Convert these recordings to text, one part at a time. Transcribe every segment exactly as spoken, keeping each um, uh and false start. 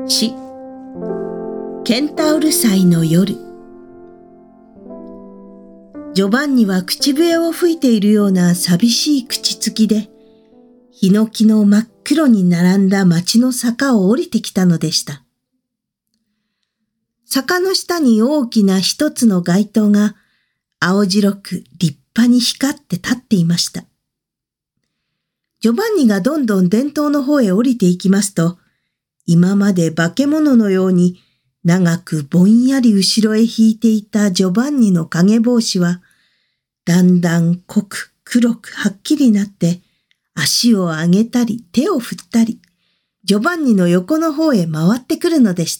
しケンタウル祭の夜。ジョバンニは口笛を吹いているような寂しい口つきで、ヒノキの真っ黒に並んだ町の坂を降りてきたのでした。坂の下に大きな一つの街灯が青白く立派に光って立っていました。ジョバンニがどんどん伝統の方へ降りていきますと、今まで化け物のように長くぼんやり後ろへ引いていたジョバンニの影帽子は、だんだん濃く黒くはっきりなって、足を上げたり手を振ったり、ジョバンニの横の方へ回ってくるのでした。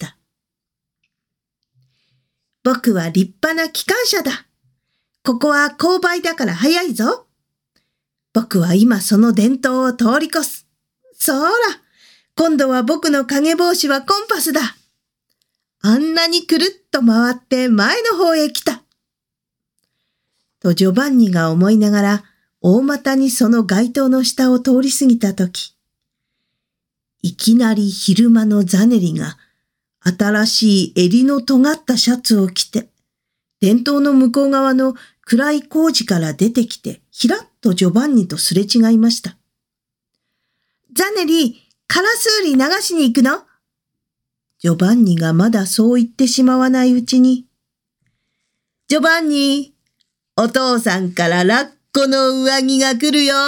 僕は立派な機関車だ。ここは勾配だから速いぞ。僕は今その伝統を通り越す。そーら、今度は僕の影帽子はコンパスだ。あんなにくるっと回って前の方へ来た。とジョバンニが思いながら大股にその街灯の下を通り過ぎたとき、いきなり昼間のザネリが新しい襟の尖ったシャツを着て、伝統の向こう側の暗い工事から出てきて、ひらっとジョバンニとすれ違いました。ザネリ、カラスウリ流しに行くの？ジョバンニがまだそう言ってしまわないうちに、ジョバンニ、お父さんからラッコの上着が来るよ。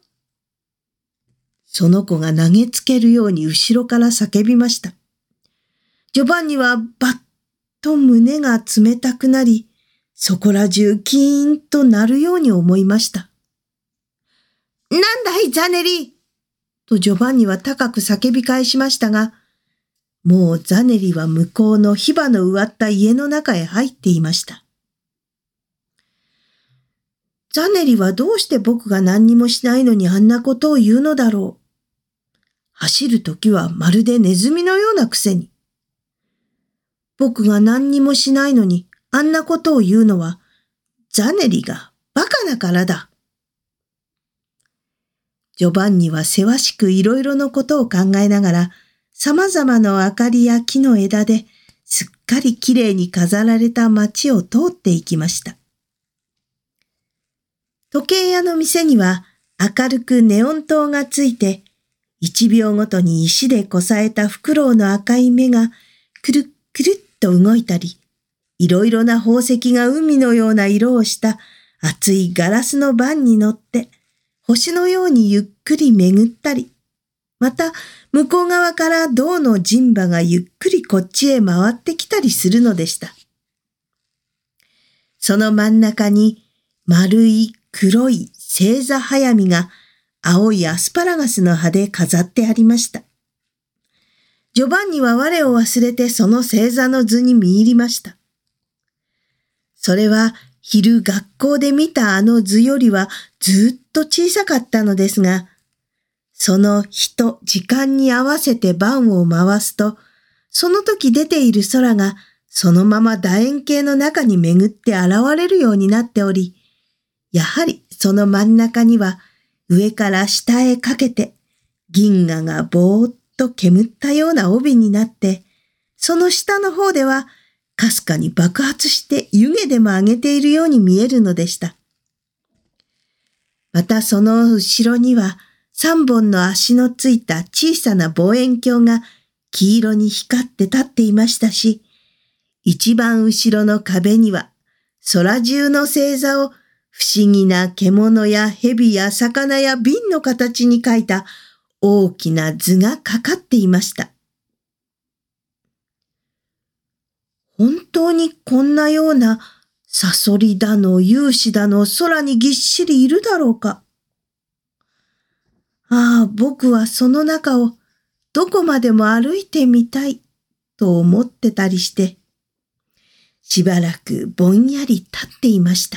その子が投げつけるように後ろから叫びました。ジョバンニはバッと胸が冷たくなり、そこら中キーンとなるように思いました。なんだいザネリとジョバンニは高く叫び返しましたが、もうザネリは向こうの火花の植わった家の中へ入っていました。ザネリはどうして僕が何にもしないのにあんなことを言うのだろう。走るときはまるでネズミのようなくせに。僕が何にもしないのにあんなことを言うのは、ザネリがバカだからだ。ジョバンニはせわしくいろいろのことを考えながら、様々な明かりや木の枝ですっかりきれいに飾られた街を通っていきました。時計屋の店には明るくネオン灯がついて、一秒ごとに石でこさえたフクロウの赤い目がくるっくるっと動いたり、いろいろな宝石が海のような色をした厚いガラスの盤に乗って、星のようにゆっくり巡ったり、また向こう側から銅の人馬がゆっくりこっちへ回ってきたりするのでした。その真ん中に丸い黒い星座早見が青いアスパラガスの葉で飾ってありました。ジョバンニは我を忘れてその星座の図に見入りました。それは昼学校で見たあの図よりはずっと小さかったのですが、その日と時間に合わせて盤を回すと、その時出ている空がそのまま楕円形の中に巡って現れるようになっており、やはりその真ん中には上から下へかけて銀河がぼーっと煙ったような帯になって、その下の方ではかすかに爆発して湯気でも上げているように見えるのでした。またその後ろには三本の足のついた小さな望遠鏡が黄色に光って立っていましたし、一番後ろの壁には空中の星座を不思議な獣や蛇や魚や瓶の形に描いた大きな図がかかっていました。本当にこんなようなサソリだの勇士だの空にぎっしりいるだろうか。ああ、僕はその中をどこまでも歩いてみたいと思ってたりして、しばらくぼんやり立っていました。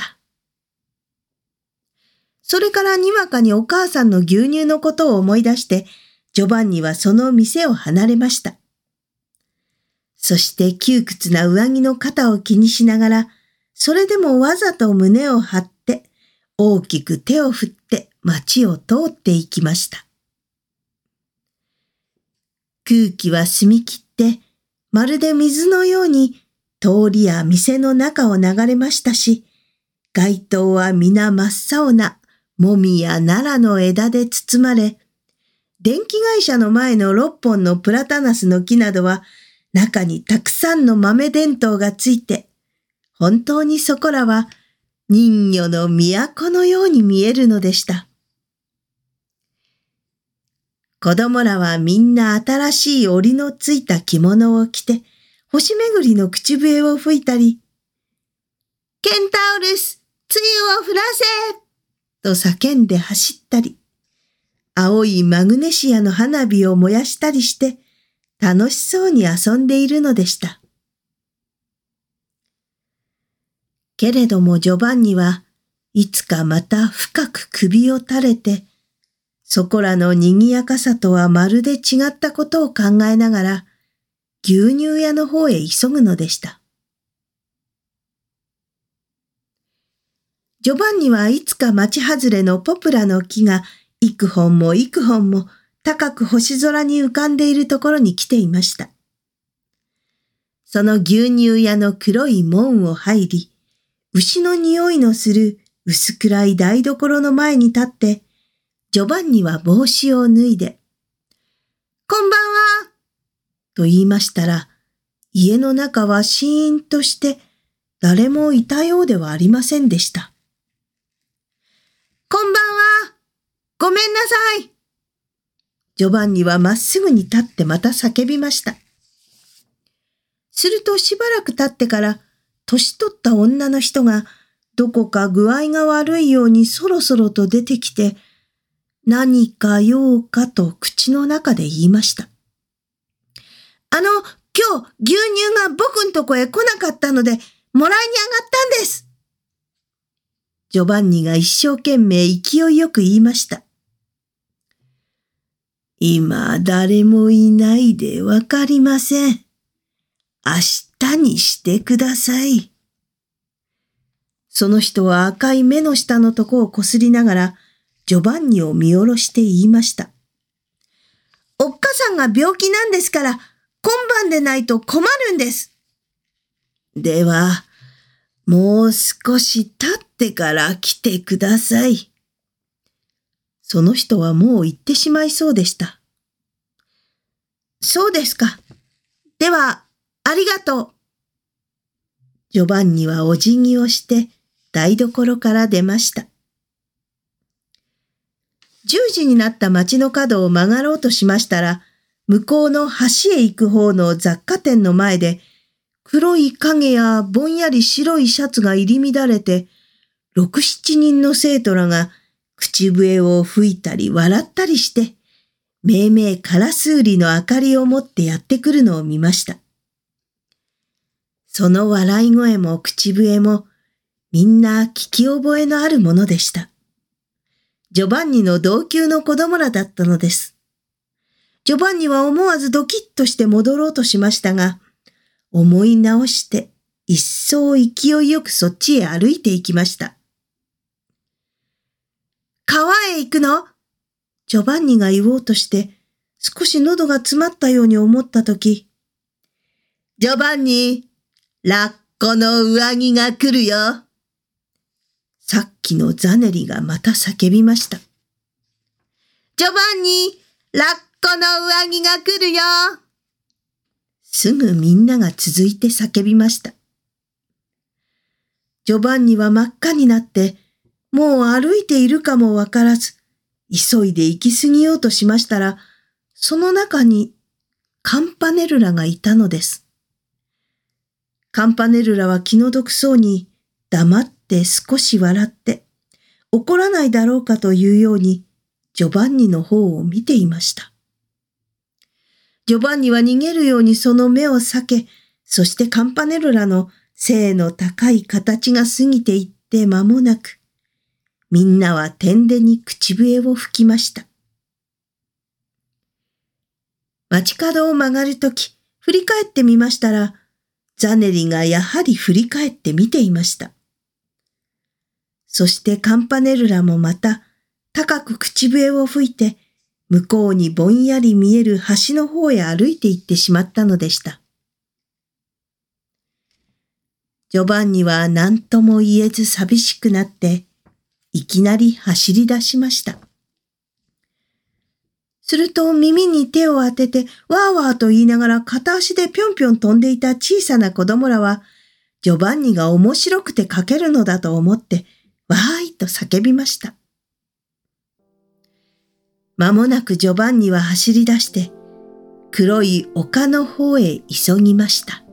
それからにわかにお母さんの牛乳のことを思い出して、ジョバンニはその店を離れました。そして窮屈な上着の肩を気にしながら、それでもわざと胸を張って、大きく手を振って街を通っていきました。空気は澄み切っ 、まるで水のように通りや店の中を流れましたし、街灯は皆真っ青なもみや奈良の枝で包まれ、電気会社の前の六本のプラタナスの木などは中にたくさんの豆電灯がついて、本当にそこらは人魚の都のように見えるのでした。子供らはみんな新しい織りのついた着物を着て、星めぐりの口笛を吹いたり、ケンタウルス、露を降らせと叫んで走ったり、青いマグネシアの花火を燃やしたりして、楽しそうに遊んでいるのでした。けれどもジョバンニはいつかまた深く首を垂れて、そこらの賑やかさとはまるで違ったことを考えながら、牛乳屋の方へ急ぐのでした。ジョバンニはいつか町外れのポプラの木が幾本も幾本も高く星空に浮かんでいるところに来ていました。その牛乳屋の黒い門を入り、牛の匂いのする薄暗い台所の前に立って、ジョバンニは帽子を脱いで、こんばんはと言いましたら、家の中はシーンとして誰もいたようではありませんでした。こんばんは。ごめんなさい。ジョバンニはまっすぐに立ってまた叫びました。するとしばらく経ってから、年取った女の人がどこか具合が悪いようにそろそろと出てきて、何か用かと口の中で言いました。あの、今日牛乳が僕んとこへ来なかったので、もらいに上がったんです。ジョバンニが一生懸命勢いよく言いました。今誰もいないでわかりません。明日にしてください。その人は赤い目の下のとこをこすりながら、ジョバンニを見下ろして言いました。おっかさんが病気なんですから、今晩でないと困るんです。では、もう少し経ってから来てください。その人はもう行ってしまいそうでした。そうですか。では、ありがとう。ジョバンニはお辞儀をして台所から出ました。十時になった町の角を曲がろうとしましたら、向こうの橋へ行く方の雑貨店の前で、黒い影やぼんやり白いシャツが入り乱れて、六七人の生徒らが口笛を吹いたり笑ったりして、めいめいカラスウリの明かりを持ってやってくるのを見ました。その笑い声も口笛も、みんな聞き覚えのあるものでした。ジョバンニの同級の子供らだったのです。ジョバンニは思わずドキッとして戻ろうとしましたが、思い直して一層勢いよくそっちへ歩いて行きました。川へ行くの？ジョバンニが言おうとして、少し喉が詰まったように思ったとき、ジョバンニ、ラッコの上着が来るよ。さっきのザネリがまた叫びました。ジョバンニ、ラッコの上着が来るよ。すぐみんなが続いて叫びました。ジョバンニは真っ赤になって、もう歩いているかもわからず、急いで行き過ぎようとしましたら、その中にカンパネルラがいたのです。カンパネルラは気の毒そうに黙って少し笑って、怒らないだろうかというように、ジョバンニの方を見ていました。ジョバンニは逃げるようにその目を避け、そしてカンパネルラの背の高い形が過ぎていって間もなく、みんなは天でに口笛を吹きました。街角を曲がるとき、振り返ってみましたら、ザネリがやはり振り返って見ていました。そしてカンパネルラもまた高く口笛を吹いて、 向こうにぼんやり見える橋の方へ歩いて行ってしまったのでした。ジョバンニは何とも言えず寂しくなって、いきなり走り出しました。すると耳に手を当ててわーわーと言いながら片足でぴょんぴょん飛んでいた小さな子供らは、ジョバンニが面白くて書けるのだと思って、わーいと叫びました。間もなくジョバンニは走り出して、黒い丘の方へ急ぎました。